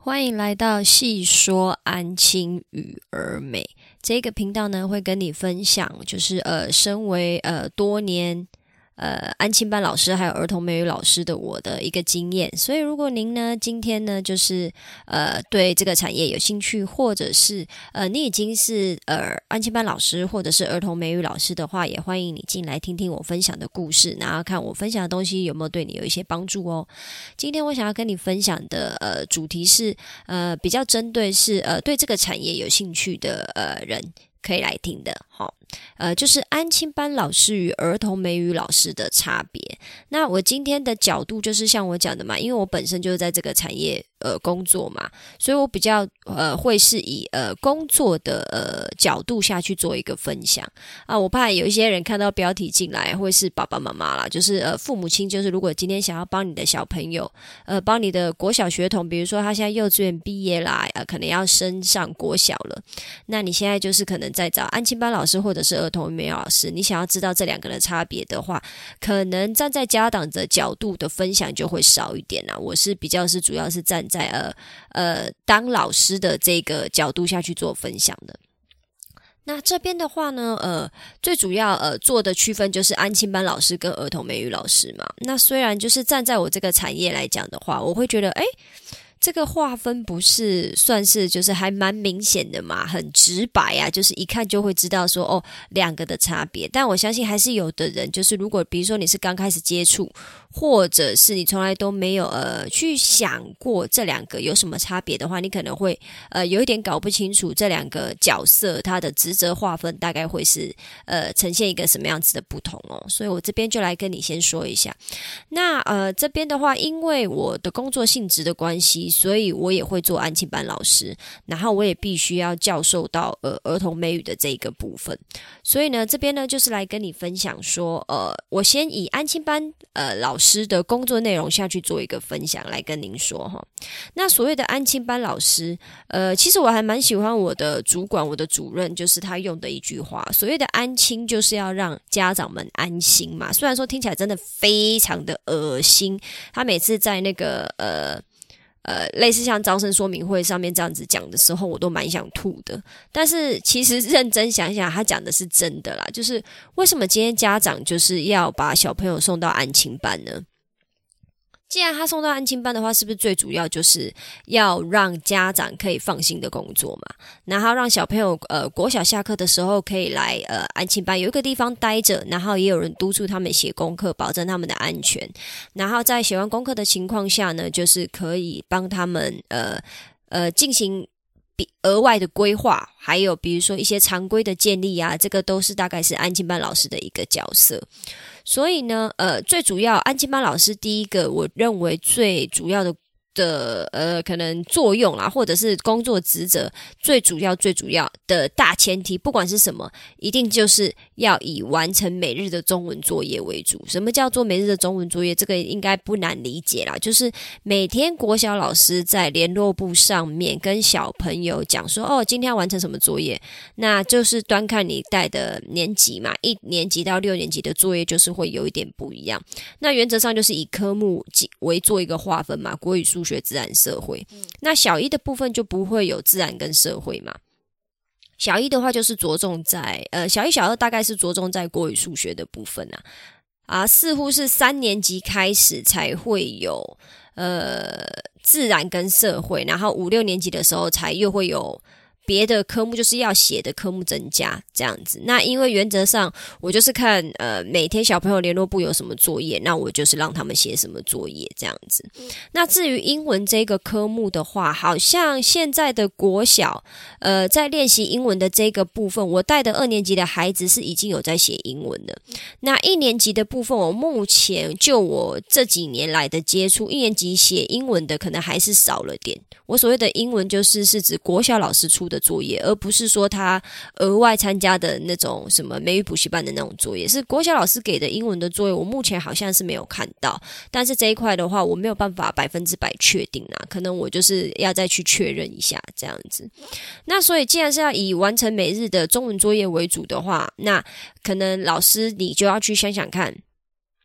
欢迎来到细说安亲与儿美这个频道呢，会跟你分享就是身为多年安亲班老师还有儿童美语老师的我的一个经验。所以如果您呢今天呢就是对这个产业有兴趣，或者是你已经是安亲班老师或者是儿童美语老师的话，也欢迎你进来听听我分享的故事，然后看我分享的东西有没有对你有一些帮助哦。今天我想要跟你分享的主题是比较针对是对这个产业有兴趣的人可以来听的就是安亲班老师与儿童美语老师的差别。那我今天的角度就是像我讲的嘛，因为我本身就是在这个产业工作嘛，所以我比较会是以工作的角度下去做一个分享啊。我怕有一些人看到标题进来会是爸爸妈妈啦，就是父母亲，就是如果今天想要帮你的小朋友帮你的国小学童，比如说他现在幼稚园毕业啦，可能要升上国小了，那你现在就是可能在找安亲班老师或者是儿童美语老师，你想要知道这两个的差别的话，可能站在家长的角度的分享就会少一点啦。我是比较是主要是站在当老师的这个角度下去做分享的。那这边的话呢最主要做的区分就是安亲班老师跟儿童美语老师嘛。那虽然就是站在我这个产业来讲的话，我会觉得这个划分不是算是就是还蛮明显的嘛，很直白啊，就是一看就会知道说两个的差别。但我相信还是有的人，就是如果比如说你是刚开始接触，或者是你从来都没有去想过这两个有什么差别的话，你可能会有一点搞不清楚这两个角色它的职责划分大概会是呈现一个什么样子的不同哦。所以我这边就来跟你先说一下。那这边的话，因为我的工作性质的关系，所以我也会做安亲班老师，然后我也必须要教授到儿童美语的这一个部分。所以呢，这边呢就是来跟你分享说我先以安亲班老师的工作内容下去做一个分享来跟您说哈。那所谓的安亲班老师其实我还蛮喜欢我的主管，我的主任，就是他用的一句话，所谓的安亲就是要让家长们安心嘛。虽然说听起来真的非常的恶心，他每次在那个类似像招生说明会上面这样子讲的时候，我都蛮想吐的。但是其实认真想想，他讲的是真的啦。就是为什么今天家长就是要把小朋友送到安亲班呢？既然他送到安亲班的话，是不是最主要就是要让家长可以放心的工作嘛？然后让小朋友国小下课的时候可以来安亲班有一个地方待着，然后也有人督促他们写功课，保证他们的安全。然后在写完功课的情况下呢，就是可以帮他们进行额外的规划，还有比如说一些常规的建立啊，这个都是大概是安亲班老师的一个角色。所以呢最主要安亲班老师第一个我认为最主要的可能作用啦，或者是工作职责最主要的大前提，不管是什么，一定就是要以完成每日的中文作业为主。什么叫做每日的中文作业？这个应该不难理解啦，就是每天国小老师在联络簿上面跟小朋友讲说今天要完成什么作业，那就是端看你带的年级嘛，1年级到6年级的作业就是会有一点不一样。那原则上就是以科目为做一个划分嘛，国语、数学、自然、社会。那小一的部分就不会有自然跟社会嘛。小一的话就是着重在小一小二大概是着重在国语、数学的部分似乎是3年级开始才会有自然跟社会，然后5、6年级的时候才又会有别的科目，就是要写的科目增加这样子。那因为原则上我就是看每天小朋友联络簿有什么作业，那我就是让他们写什么作业这样子。那至于英文这个科目的话，好像现在的国小在练习英文的这个部分，我带的2年级的孩子是已经有在写英文的。那1年级的部分，我目前就我这几年来的接触，1年级写英文的可能还是少了点。我所谓的英文是指国小老师出的作业，而不是说他额外参加的那种什么美语补习班的那种作业，是国小老师给的英文的作业，我目前好像是没有看到。但是这一块的话，我没有办法100%确定啦，可能我就是要再去确认一下这样子。那所以既然是要以完成每日的中文作业为主的话，那可能老师你就要去想想看，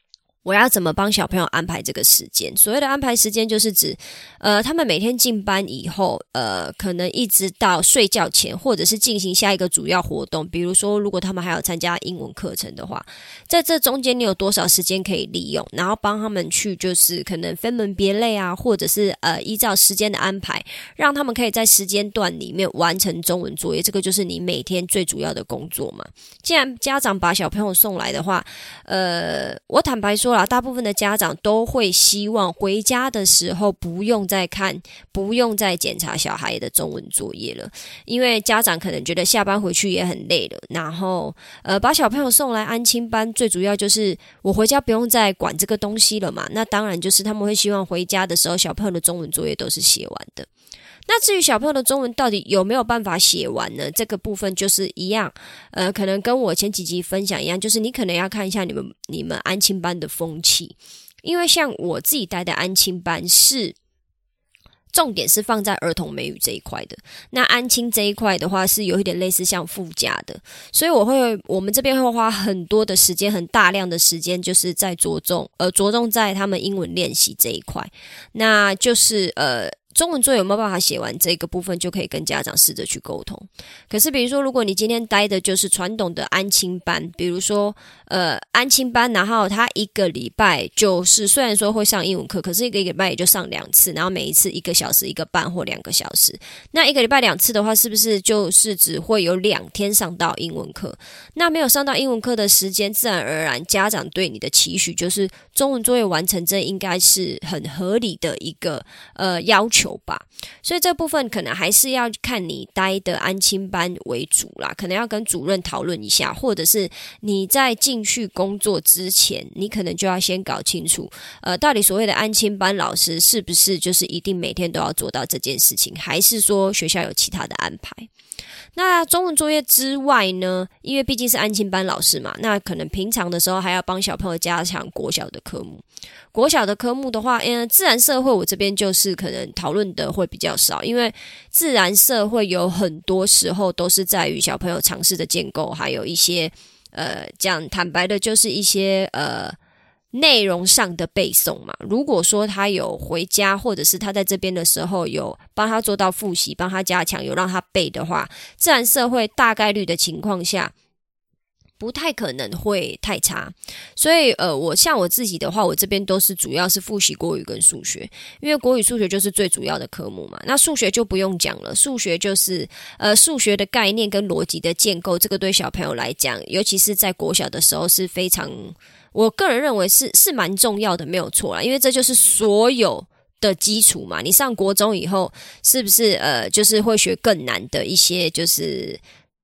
我要怎么帮小朋友安排这个时间？所谓的安排时间，就是指，他们每天进班以后，可能一直到睡觉前，或者是进行下一个主要活动。比如说，如果他们还有参加英文课程的话，在这中间你有多少时间可以利用，然后帮他们去就是可能分门别类啊，或者是依照时间的安排，让他们可以在时间段里面完成中文作业。这个就是你每天最主要的工作嘛。既然家长把小朋友送来的话，我坦白说啦，大部分的家长都会希望回家的时候不用再看，不用再检查小孩的中文作业了，因为家长可能觉得下班回去也很累了，然后把小朋友送来安亲班，最主要就是我回家不用再管这个东西了嘛。那当然就是他们会希望回家的时候小朋友的中文作业都是写完的。那至于小朋友的中文到底有没有办法写完呢？这个部分就是一样，可能跟我前几集分享一样，就是你可能要看一下你们安亲班的风气，因为像我自己带的安亲班是重点是放在儿童美语这一块的，那安亲这一块的话是有一点类似像附加的，所以我们这边会花很多的时间，很大量的时间，就是在着重在他们英文练习这一块，那就是中文作业有没有办法写完这个部分，就可以跟家长试着去沟通。可是比如说，如果你今天待的就是传统的安亲班，比如说安亲班，然后他一个礼拜就是虽然说会上英文课，可是一个礼拜也就上2次，然后每一次1个小时、1个半或2个小时。那一个礼拜2次的话，是不是就是只会有2天上到英文课？那没有上到英文课的时间，自然而然家长对你的期许就是中文作业完成，这应该是很合理的一个要求吧。所以这部分可能还是要看你待的安亲班为主啦，可能要跟主任讨论一下，或者是你在进去工作之前，你可能就要先搞清楚到底所谓的安亲班老师是不是就是一定每天都要做到这件事情，还是说学校有其他的安排。那中文作业之外呢，因为毕竟是安亲班老师嘛，那可能平常的时候还要帮小朋友加强国小的科目。国小的科目的话，自然社会我这边就是可能讨论的会比较少，因为自然社会有很多时候都是在于小朋友常识的建构，还有一些讲坦白的就是一些内容上的背诵嘛。如果说他有回家，或者是他在这边的时候有帮他做到复习，帮他加强，有让他背的话，自然社会大概率的情况下不太可能会太差。所以像我自己的话，我这边都是主要是复习国语跟数学，因为国语数学就是最主要的科目嘛。那数学就不用讲了，数学就是数学的概念跟逻辑的建构，这个对小朋友来讲，尤其是在国小的时候是非常，我个人认为是蛮重要的，没有错啦，因为这就是所有的基础嘛。你上国中以后，是不是就是会学更难的一些，就是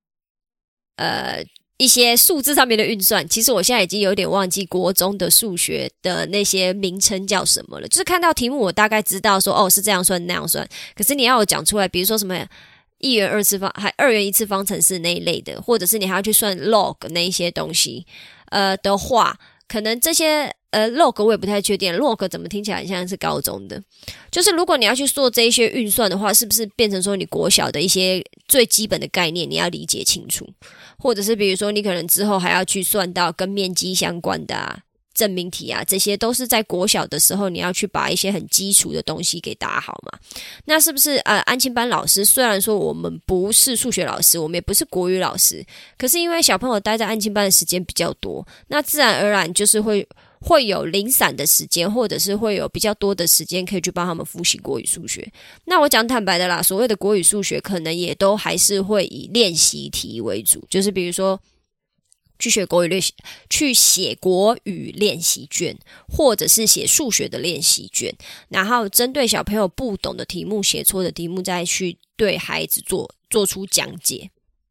一些数字上面的运算。其实我现在已经有点忘记国中的数学的那些名称叫什么了，就是看到题目我大概知道说是这样算那样算，可是你要我讲出来，比如说什么1元2次方还2元1次方程式那一类的，或者是你还要去算 log 那一些东西的话，可能这些log 我也不太确定 ，log 怎么听起来像是高中的？就是如果你要去做这一些运算的话，是不是变成说你国小的一些最基本的概念你要理解清楚，或者是比如说你可能之后还要去算到跟面积相关的证明题啊，这些都是在国小的时候你要去把一些很基础的东西给打好嘛。那是不是安亲班老师虽然说我们不是数学老师，我们也不是国语老师，可是因为小朋友待在安亲班的时间比较多，那自然而然就是会有零散的时间，或者是会有比较多的时间可以去帮他们复习国语数学。那我讲坦白的啦，所谓的国语数学可能也都还是会以练习题为主，就是比如说去写国语练习卷，或者是写数学的练习卷，然后针对小朋友不懂的题目、写错的题目，再去对孩子做出讲解。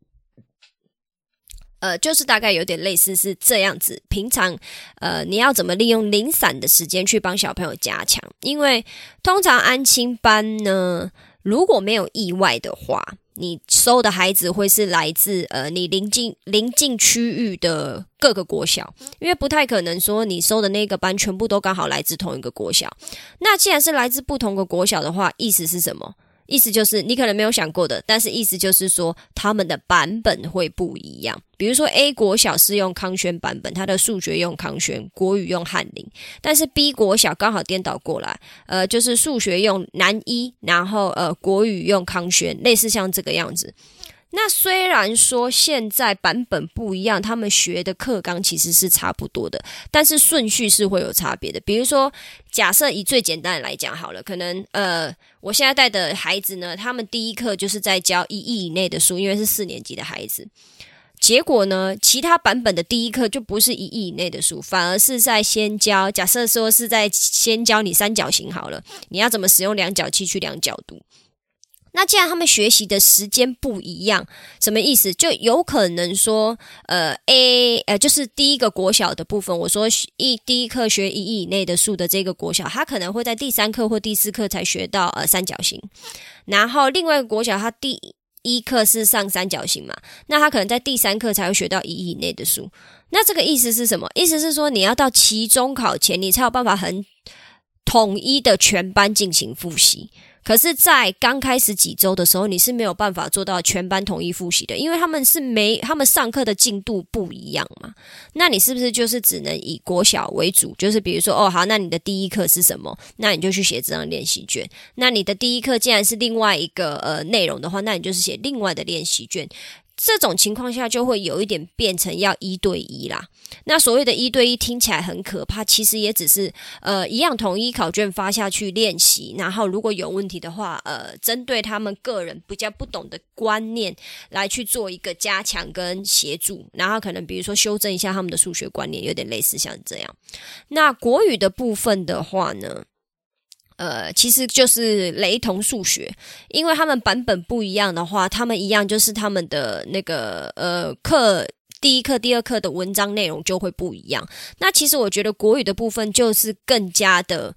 就是大概有点类似是这样子。平常你要怎么利用零散的时间去帮小朋友加强？因为通常安亲班呢，如果没有意外的话，你收的孩子会是来自你邻近区域的各个国小，因为不太可能说你收的那个班全部都刚好来自同一个国小。那既然是来自不同的国小的话，意思是什么？ 意思就是你可能没有想过的，但是意思就是说他们的版本会不一样。比如说 A 国小是用康轩版本，它的数学用康轩，国语用翰林，但是 B 国小刚好颠倒过来，就是数学用南一，然后国语用康轩，类似像这个样子。那虽然说现在版本不一样，他们学的课纲其实是差不多的，但是顺序是会有差别的。比如说，假设以最简单的来讲好了，可能我现在带的孩子呢，他们第一课就是在教1亿以内的数，因为是4年级的孩子。结果呢，其他版本的第一课就不是1亿以内的数，反而是在先教，假设说是在先教你三角形好了，你要怎么使用量角器去量角度。那既然他们学习的时间不一样，什么意思？就有可能说就是第一个国小的部分，我说第一课学1亿以内的数的这个国小，他可能会在第3课或第4课才学到三角形，然后另外一个国小他第一课是上三角形嘛，那他可能在第3课才会学到1亿以内的数。那这个意思是什么？意思是说你要到期中考前，你才有办法很统一的全班进行复习。可是在刚开始几周的时候，你是没有办法做到全班统一复习的，因为他们上课的进度不一样嘛。那你是不是就是只能以国小为主？就是比如说好，那你的第一课是什么？那你就去写这张练习卷。那你的第一课既然是另外一个内容的话，那你就是写另外的练习卷。这种情况下就会有一点变成要1对1啦。那所谓的1对1听起来很可怕，其实也只是一样统一考卷发下去练习，然后如果有问题的话针对他们个人比较不懂的观念来去做一个加强跟协助，然后可能比如说修正一下他们的数学观念，有点类似像这样。那国语的部分的话呢，其实就是雷同数学，因为他们版本不一样的话，他们一样就是他们的那个课第一课、第二课的文章内容就会不一样。那其实我觉得国语的部分就是更加的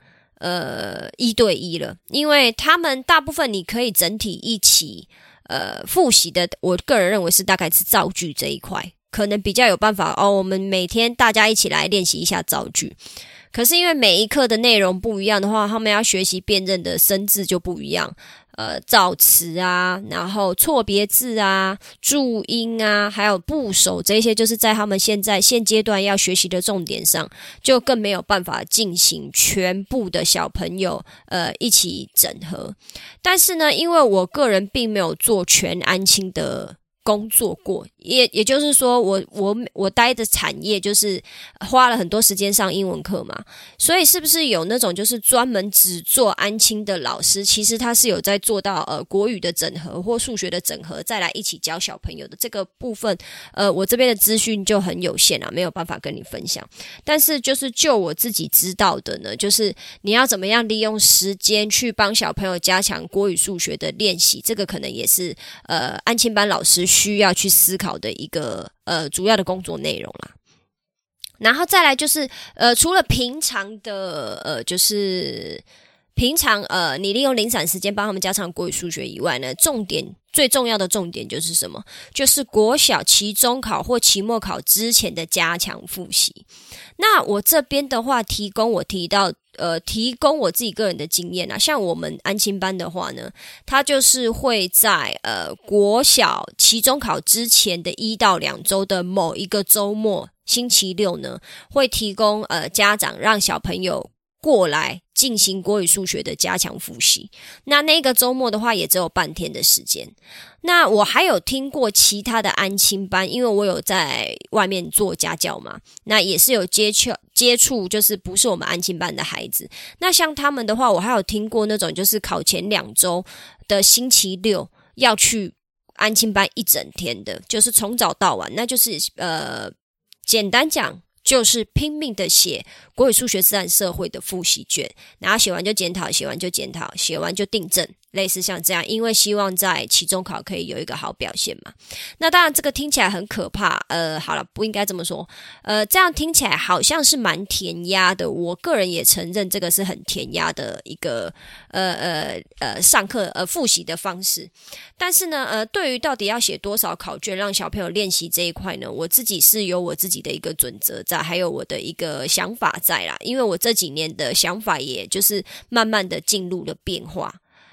1对1了，因为他们大部分你可以整体一起复习的，我个人认为是大概是造句这一块，可能比较有办法我们每天大家一起来练习一下造句。可是因为每一课的内容不一样的话，他们要学习辨认的生字就不一样，造词啊，然后错别字啊，注音啊，还有部首，这些就是在他们现阶段要学习的重点上，就更没有办法进行全部的小朋友一起整合。但是呢，因为我个人并没有做全安亲的工作过，也就是说我待的产业就是花了很多时间上英文课嘛，所以是不是有那种就是专门只做安亲的老师，其实他是有在做到国语的整合或数学的整合，再来一起教小朋友的这个部分，我这边的资讯就很有限啊，没有办法跟你分享。但是就是就我自己知道的呢，就是你要怎么样利用时间去帮小朋友加强国语数学的练习，这个可能也是安亲班老师需要去思考的一个主要的工作内容啦。然后再来就是除了平常的就是平常你利用零散时间帮他们加强国语数学以外呢，最重要的重点就是什么？就是国小期中考或期末考之前的加强复习。那我这边的话提供我自己个人的经验啊，像我们安亲班的话呢，它就是会在国小期中考之前的1到2周的某一个周末，星期六呢，会提供家长让小朋友过来进行国语数学的加强复习。那个周末的话也只有半天的时间。那我还有听过其他的安亲班，因为我有在外面做家教嘛，那也是有接触就是不是我们安亲班的孩子。那像他们的话，我还有听过那种就是考前2周的星期六要去安亲班1整天的，就是从早到晚，那就是简单讲就是拼命的写国语数学自然社会的复习卷，然后写完就检讨，写完就检讨，写完就订正，类似像这样，因为希望在期中考可以有一个好表现嘛。那当然这个听起来很可怕，好了，不应该这么说，这样听起来好像是蛮填鸭的，我个人也承认这个是很填鸭的一个上课复习的方式。但是呢对于到底要写多少考卷让小朋友练习这一块呢，我自己是有我自己的一个准则在，还有我的一个想法在啦，因为我这几年的想法也就是慢慢的进入了变化。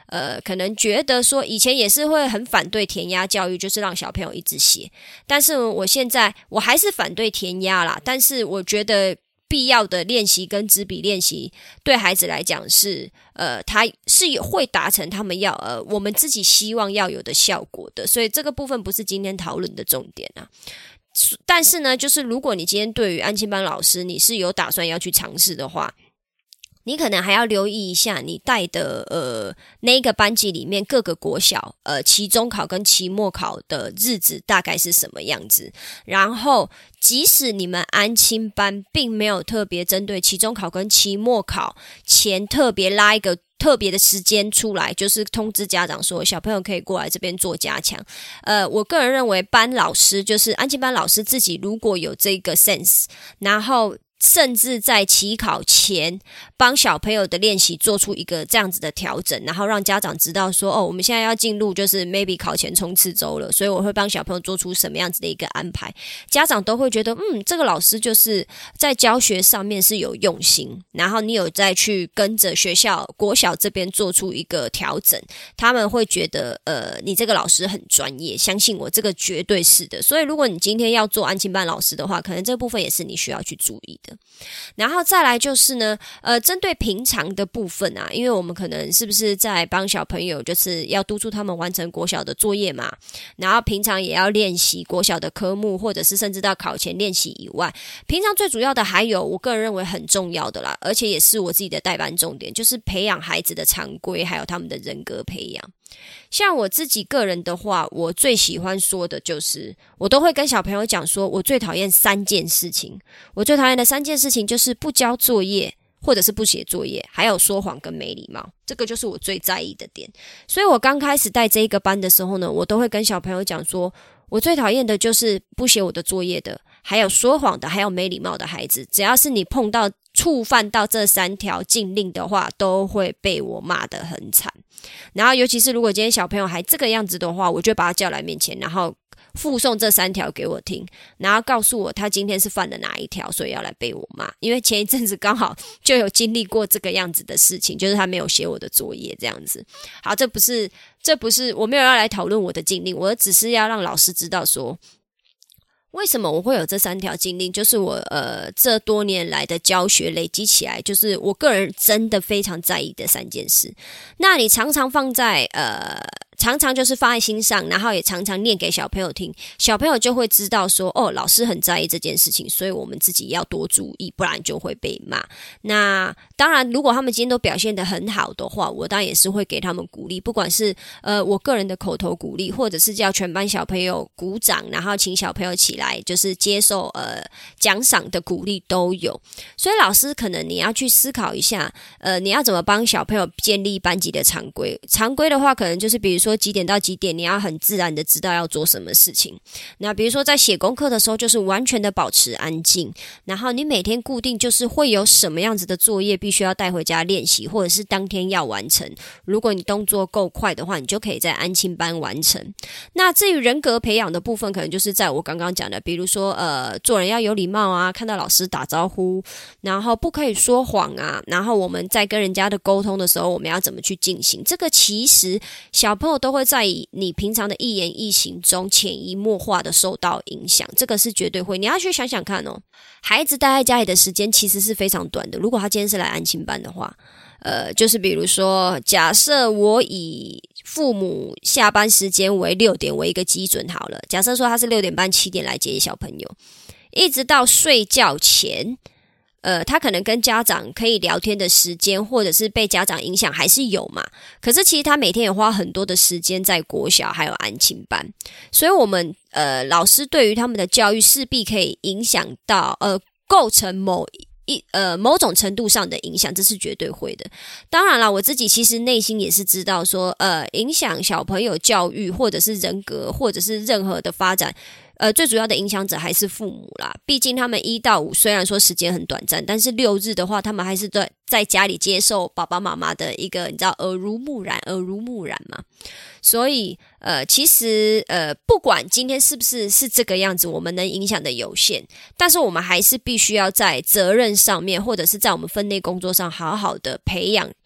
可能觉得说以前也是会很反对填鸭教育，就是让小朋友一直写，但是我现在我还是反对填鸭啦，但是我觉得必要的练习跟纸笔练习对孩子来讲是他是会达成他们我们自己希望要有的效果的，所以这个部分不是今天讨论的重点啊。但是呢，就是如果你今天对于安亲班老师你是有打算要去尝试的话，你可能还要留意一下你带的那个班级里面各个国小期中考跟期末考的日子大概是什么样子，然后即使你们安亲班并没有特别针对期中考跟期末考前特别拉一个特别的时间出来，就是通知家长说小朋友可以过来这边做加强。我个人认为班老师就是安亲班老师自己如果有这个 sense， 然后甚至在期考前帮小朋友的练习做出一个这样子的调整，然后让家长知道说我们现在要进入就是 maybe 考前冲刺周了，所以我会帮小朋友做出什么样子的一个安排，家长都会觉得这个老师就是在教学上面是有用心，然后你有再去跟着学校国小这边做出一个调整，他们会觉得你这个老师很专业，相信我，这个绝对是的。所以如果你今天要做安亲班老师的话，可能这部分也是你需要去注意的。然后再来就是呢针对平常的部分啊，因为我们可能是不是在帮小朋友就是要督促他们完成国小的作业嘛，然后平常也要练习国小的科目，或者是甚至到考前练习以外，平常最主要的还有我个人认为很重要的啦，而且也是我自己的代班重点，就是培养孩子的常规还有他们的人格培养。像我自己个人的话，我最喜欢说的就是我都会跟小朋友讲说我最讨厌3件事情，我最讨厌的3件事情就是不交作业或者是不写作业，还有说谎跟没礼貌，这个就是我最在意的点。所以我刚开始带这一个班的时候呢，我都会跟小朋友讲说我最讨厌的就是不写我的作业的，还有说谎的，还有没礼貌的孩子，只要是你碰到触犯到这3条禁令的话，都会被我骂得很惨。然后尤其是如果今天小朋友还这个样子的话，我就把他叫来面前，然后附送这3条给我听，然后告诉我他今天是犯了哪一条，所以要来被我骂。因为前一阵子刚好就有经历过这个样子的事情，就是他没有写我的作业这样子。好，这不是我没有要来讨论我的禁令，我只是要让老师知道说为什么我会有这3条禁令，就是我这多年来的教学累积起来，就是我个人真的非常在意的3件事。那你常常常常就是放在心上，然后也常常念给小朋友听，小朋友就会知道说老师很在意这件事情，所以我们自己要多注意，不然就会被骂。那当然如果他们今天都表现得很好的话，我当然也是会给他们鼓励，不管是我个人的口头鼓励，或者是叫全班小朋友鼓掌，然后请小朋友起来就是接受奖赏的鼓励都有。所以老师可能你要去思考一下你要怎么帮小朋友建立班级的常规。常规的话可能就是比如说几点到几点你要很自然的知道要做什么事情，那比如说在写功课的时候就是完全的保持安静，然后你每天固定就是会有什么样子的作业必须要带回家练习，或者是当天要完成，如果你动作够快的话，你就可以在安亲班完成。那至于人格培养的部分，可能就是在我刚刚讲的，比如说做人要有礼貌啊，看到老师打招呼，然后不可以说谎啊，然后我们在跟人家的沟通的时候我们要怎么去进行，这个其实小朋友都会在你平常的一言一行中潜移默化的受到影响，这个是绝对会。你要去想想看孩子待在家里的时间其实是非常短的，如果他今天是来安亲班的话就是比如说假设我以父母下班时间为6点为一个基准好了，假设说他是6点半7点来接小朋友，一直到睡觉前他可能跟家长可以聊天的时间，或者是被家长影响还是有嘛，可是其实他每天也花很多的时间在国小还有安亲班，所以我们老师对于他们的教育势必可以影响到构成某种程度上的影响，这是绝对会的。当然啦，我自己其实内心也是知道说影响小朋友教育或者是人格或者是任何的发展最主要的影响者还是父母啦，毕竟他们1到5虽然说时间很短暂，但是6日的话他们还是在家里接受爸爸妈妈的一个你知道耳濡目染嘛。所以其实不管今天是不是这个样子，我们能影响的有限，但是我们还是必须要在责任上面或者是在我们分内工作上好好的培养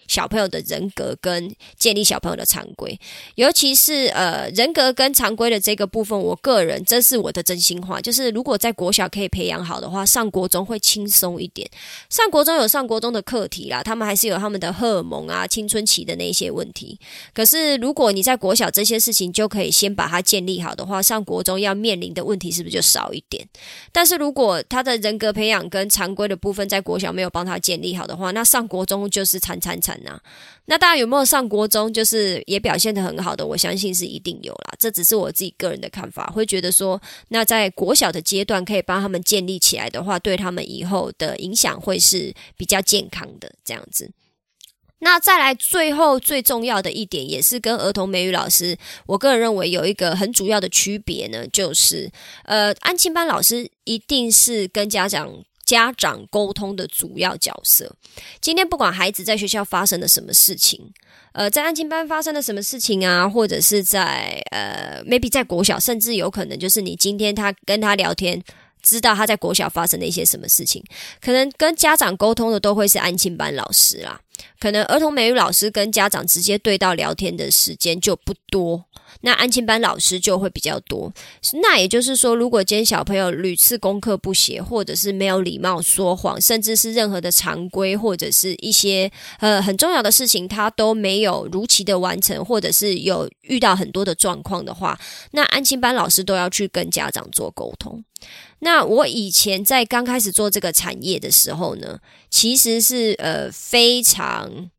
小朋友的人格跟建立小朋友的常规，尤其是人格跟常规的这个部分，我个人这是我的真心话，就是如果在国小可以培养好的话，上国中会轻松一点。上国中有上国中的课题啦，他们还是有他们的荷尔蒙啊、青春期的那些问题。可是如果你在国小这些事情就可以先把它建立好的话，上国中要面临的问题是不是就少一点？但是如果他的人格培养跟常规的部分在国小没有帮他建立好的话，那上国中就是惨啊。那当然有没有上国中就是也表现得很好的，我相信是一定有啦，这只是我自己个人的看法，会觉得说那在国小的阶段可以帮他们建立起来的话，对他们以后的影响会是比较健康的这样子。那再来最后最重要的一点，也是跟儿童美语老师我个人认为有一个很主要的区别呢，就是安亲班老师一定是跟家长沟通的主要角色。今天不管孩子在学校发生了什么事情，在安亲班发生了什么事情啊，或者是在maybe 在国小，甚至有可能就是你今天他跟他聊天，知道他在国小发生了一些什么事情，可能跟家长沟通的都会是安亲班老师啦。可能儿童美语老师跟家长直接对到聊天的时间就不多，那安亲班老师就会比较多。那也就是说，如果今天小朋友屡次功课不写，或者是没有礼貌说谎，甚至是任何的常规或者是一些很重要的事情他都没有如期的完成，或者是有遇到很多的状况的话，那安亲班老师都要去跟家长做沟通。那我以前在刚开始做这个产业的时候呢，其实是非常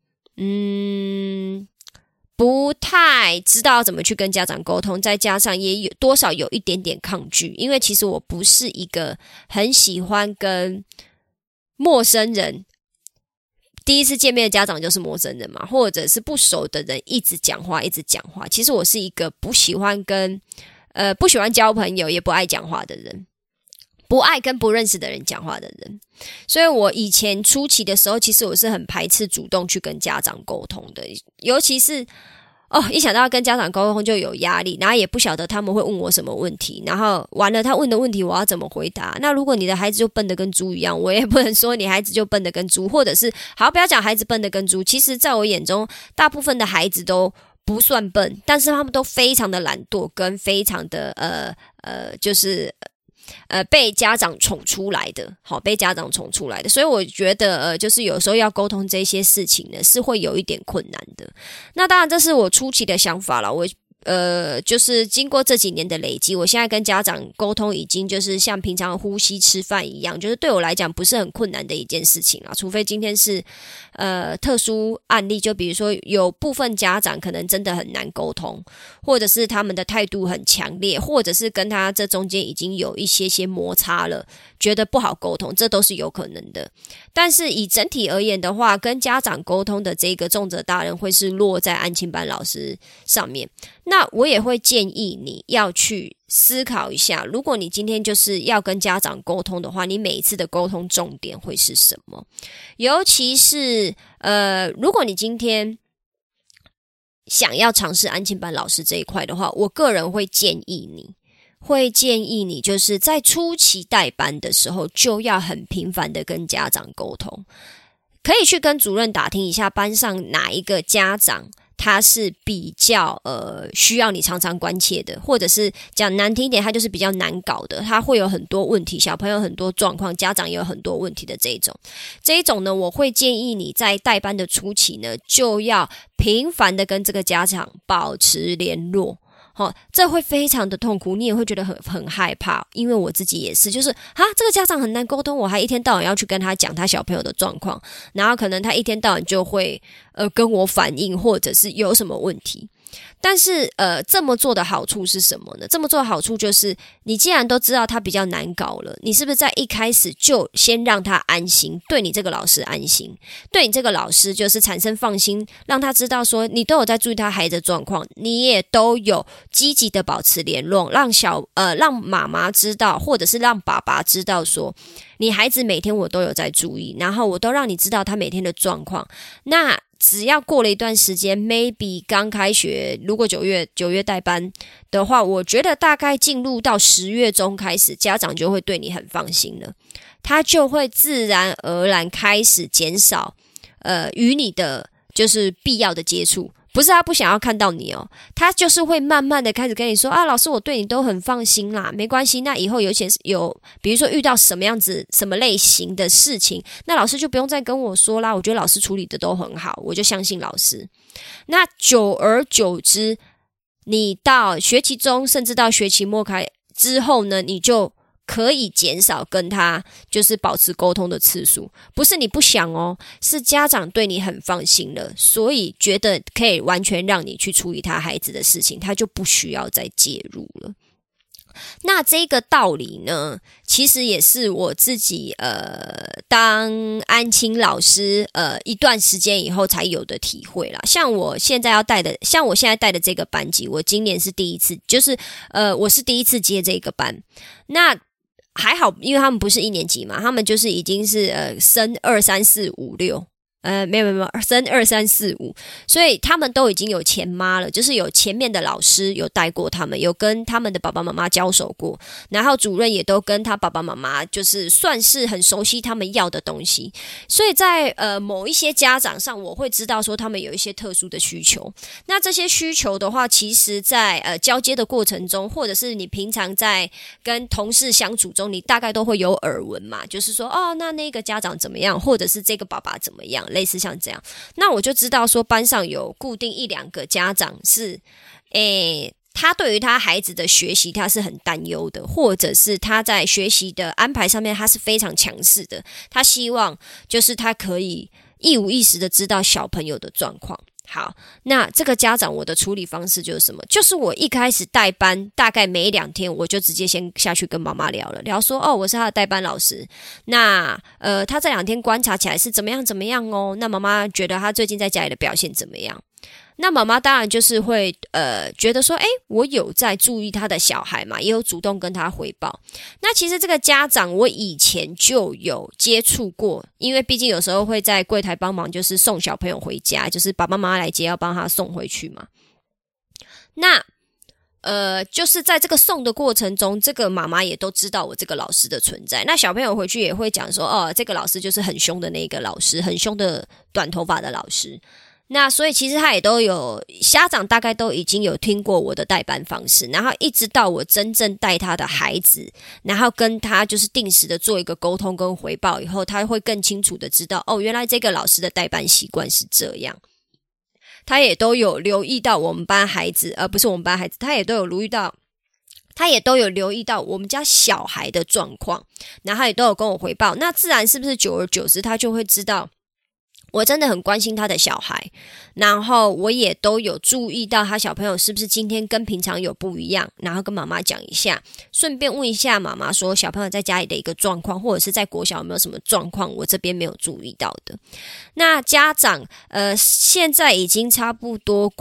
不太知道怎么去跟家长沟通，再加上也有多少有一点点抗拒，因为其实我不是一个很喜欢跟陌生人第一次见面的家长就是陌生人嘛，或者是不熟的人一直讲话。其实我是一个不喜欢交朋友，也不爱讲话的人，不爱跟不认识的人讲话的人。所以我以前初期的时候，其实我是很排斥主动去跟家长沟通的，尤其是一想到要跟家长沟通就有压力，然后也不晓得他们会问我什么问题，然后完了他问的问题我要怎么回答。那如果你的孩子就笨得跟猪一样，我也不能说你孩子就笨得跟猪，或者是好不要讲孩子笨得跟猪，其实在我眼中大部分的孩子都不算笨，但是他们都非常的懒惰，跟非常的被家长宠出来的，被家长宠出来的，所以我觉得就是有时候要沟通这些事情呢，是会有一点困难的。那当然这是我初期的想法啦，我就是经过这几年的累积，我现在跟家长沟通已经就是像平常呼吸吃饭一样，就是对我来讲不是很困难的一件事情啦。除非今天是特殊案例，就比如说有部分家长可能真的很难沟通，或者是他们的态度很强烈，或者是跟他这中间已经有一些摩擦了，觉得不好沟通，这都是有可能的。但是以整体而言的话，跟家长沟通的这个重责大任会是落在安亲班老师上面。那我也会建议你要去思考一下，如果你今天就是要跟家长沟通的话，你每一次的沟通重点会是什么？尤其是如果你今天想要尝试安亲班老师这一块的话，我个人会建议你就是在初期带班的时候就要很频繁的跟家长沟通，可以去跟主任打听一下班上哪一个家长他是比较需要你常常关切的，或者是讲难听一点，他就是比较难搞的，他会有很多问题，小朋友很多状况，家长也有很多问题的这一种呢，我会建议你在带班的初期呢，就要频繁的跟这个家长保持联络。这会非常的痛苦，你也会觉得很害怕，因为我自己也是，就是这个家长很难沟通，我还一天到晚要去跟他讲他小朋友的状况，然后可能他一天到晚就会跟我反映，或者是有什么问题。但是这么做的好处是什么呢？这么做的好处就是你既然都知道他比较难搞了，你是不是在一开始就先让他安心，对你这个老师安心，对你这个老师就是产生放心，让他知道说你都有在注意他孩子的状况，你也都有积极的保持联络，让妈妈知道，或者是让爸爸知道说你孩子每天我都有在注意，然后我都让你知道他每天的状况。那只要过了一段时间 maybe 刚开学，如果九月带班的话，我觉得大概进入到10月中开始，家长就会对你很放心了，他就会自然而然开始减少与你的就是必要的接触。不是他不想要看到你哦，他就是会慢慢的开始跟你说啊，老师我对你都很放心啦，没关系，那以后比如说遇到什么样子什么类型的事情，那老师就不用再跟我说啦，我觉得老师处理的都很好，我就相信老师。那久而久之，你到学期中甚至到学期末开之后呢，你就可以减少跟他就是保持沟通的次数，不是你不想哦，是家长对你很放心了，所以觉得可以完全让你去处理他孩子的事情，他就不需要再介入了。那这个道理呢，其实也是我自己当安亲老师一段时间以后才有的体会啦。像我现在带的这个班级，我今年是第一次，就是我是第一次接这个班。那还好，因为他们不是1年级嘛，他们就是已经是升2、3、4、5、6。没有升2、3、4、5，所以他们都已经有前妈了，就是有前面的老师有带过他们，有跟他们的爸爸妈妈交手过，然后主任也都跟他爸爸妈妈就是算是很熟悉他们要的东西，所以在某一些家长上，我会知道说他们有一些特殊的需求。那这些需求的话，其实在交接的过程中，或者是你平常在跟同事相处中，你大概都会有耳闻嘛，就是说哦，那个家长怎么样，或者是这个爸爸怎么样。类似像这样，那我就知道说班上有固定1、2个家长是他对于他孩子的学习他是很担忧的，或者是他在学习的安排上面他是非常强势的，他希望就是他可以一五一十的知道小朋友的状况。好，那这个家长我的处理方式就是什么？就是我一开始带班，大概没2天，我就直接先下去跟妈妈聊说，哦，我是他的代班老师。那他这2天观察起来是怎么样哦？那妈妈觉得他最近在家里的表现怎么样？那妈妈当然就是会觉得说，我有在注意他的小孩嘛，也有主动跟他回报。那其实这个家长我以前就有接触过，因为毕竟有时候会在柜台帮忙，就是送小朋友回家，就是爸爸妈妈来接要帮他送回去嘛。那就是在这个送的过程中，这个妈妈也都知道我这个老师的存在。那小朋友回去也会讲说，哦，这个老师就是很凶的那个老师，很凶的短头发的老师。那所以其实他也都有家长大概都已经有听过我的代班方式，然后一直到我真正带他的孩子，然后跟他就是定时的做一个沟通跟回报以后，他会更清楚的知道，哦，原来这个老师的代班习惯是这样。他也都有留意到我们班孩子，不是我们班孩子，他也都有留意到我们家小孩的状况，然后他也都有跟我回报。那自然是不是久而久之他就会知道我真的很关心他的小孩，然后我也都有注意到他小朋友是不是今天跟平常有不一样，然后跟妈妈讲一下，顺便问一下妈妈说小朋友在家里的一个状况，或者是在国小有没有什么状况我这边没有注意到的。那家长现在已经差不多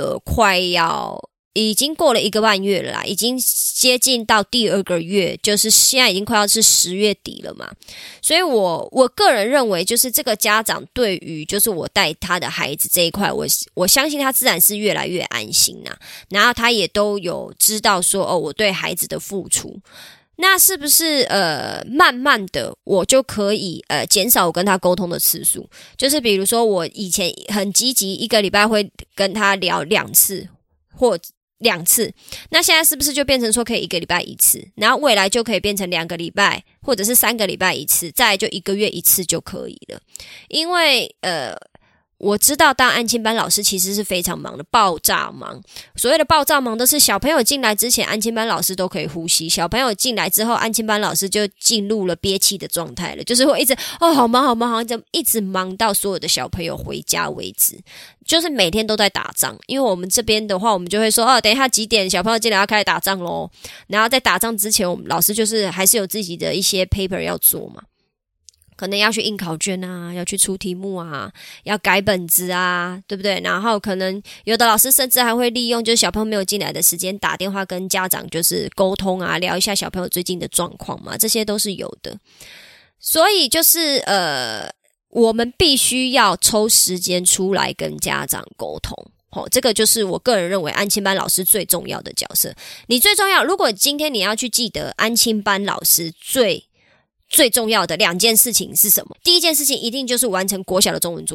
已经过了1个半月了啦，已经接近到第2个月，就是现在已经快要是10月底了嘛。所以我个人认为，就是这个家长对于就是我带他的孩子这一块，我相信他自然是越来越安心啦。然后他也都有知道说，哦，我对孩子的付出。那是不是慢慢的我就可以减少我跟他沟通的次数？就是比如说我以前很积极，1个礼拜会跟他聊2次或2次，那现在是不是就变成说可以1个礼拜1次，然后未来就可以变成2个礼拜或者是3个礼拜1次，再来就1个月1次就可以了？因为我知道当安亲班老师其实是非常忙的，爆炸忙。所谓的爆炸忙都是小朋友进来之前安亲班老师都可以呼吸，小朋友进来之后安亲班老师就进入了憋气的状态了，就是会一直好忙好忙，一直忙到所有的小朋友回家为止，就是每天都在打仗。因为我们这边的话，我们就会说等一下几点小朋友进来要开始打仗咯，然后在打仗之前我们老师就是还是有自己的一些 paper 要做嘛，可能要去印考卷啊，要去出题目啊，要改本子啊，对不对？然后可能有的老师甚至还会利用就是小朋友没有进来的时间打电话跟家长就是沟通啊，聊一下小朋友最近的状况嘛，这些都是有的。所以就是我们必须要抽时间出来跟家长沟通。这个就是我个人认为安亲班老师最重要的角色。你最重要，如果今天你要去记得安亲班老师最重要的2件事情是什么？第一件事情一定就是完成国小的中文作业，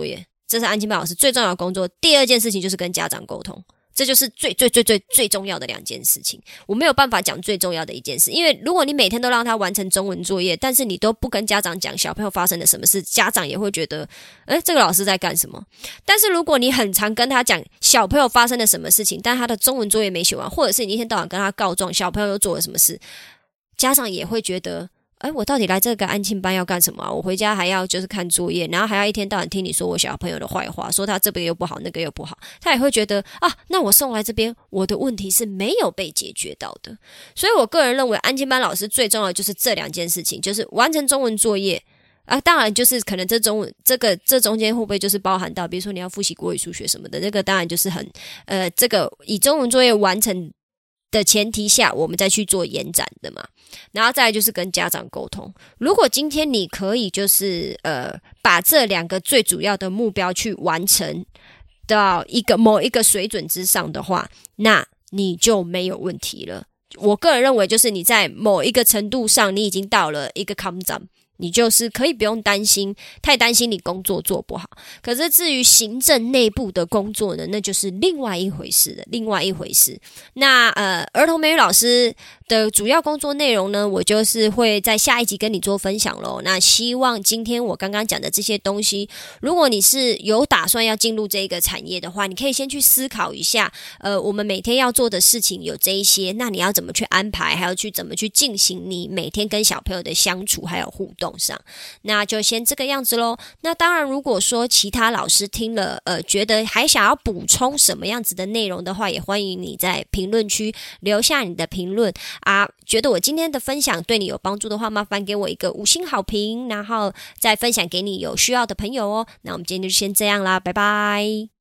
这是安亲班老师最重要的工作。第二件事情就是跟家长沟通，这就是最重要的2件事情。我没有办法讲最重要的一件事，因为如果你每天都让他完成中文作业，但是你都不跟家长讲小朋友发生了什么事，家长也会觉得这个老师在干什么。但是如果你很常跟他讲小朋友发生了什么事情，但他的中文作业没写完，或者是你一天到晚跟他告状小朋友又做了什么事，家长也会觉得我到底来这个安亲班要干什么啊？我回家还要就是看作业，然后还要一天到晚听你说我小朋友的坏话，说他这边又不好那个又不好，他也会觉得那我送来这边我的问题是没有被解决到的。所以我个人认为安亲班老师最重要的就是这2件事情，就是完成中文作业当然就是可能这中间会不会就是包含到比如说你要复习国语数学什么的，这个当然就是很这个以中文作业完成的前提下我们再去做延展的嘛。然后再来就是跟家长沟通，如果今天你可以就是把这2个最主要的目标去完成到某一个水准之上的话，那你就没有问题了。我个人认为就是你在某一个程度上你已经到了一个坎站，你就是可以不用太担心你工作做不好。可是至于行政内部的工作呢，那就是另外一回事了，另外一回事。那儿童美语老师的主要工作内容呢，我就是会在下一集跟你做分享咯。那希望今天我刚刚讲的这些东西，如果你是有打算要进入这个产业的话，你可以先去思考一下我们每天要做的事情有这一些，那你要怎么去安排，还有怎么去进行你每天跟小朋友的相处还有互动上。那就先这个样子咯。那当然如果说其他老师听了觉得还想要补充什么样子的内容的话，也欢迎你在评论区留下你的评论觉得我今天的分享对你有帮助的话，麻烦给我一个5星好评，然后再分享给你有需要的朋友哦。那我们今天就先这样啦，拜拜。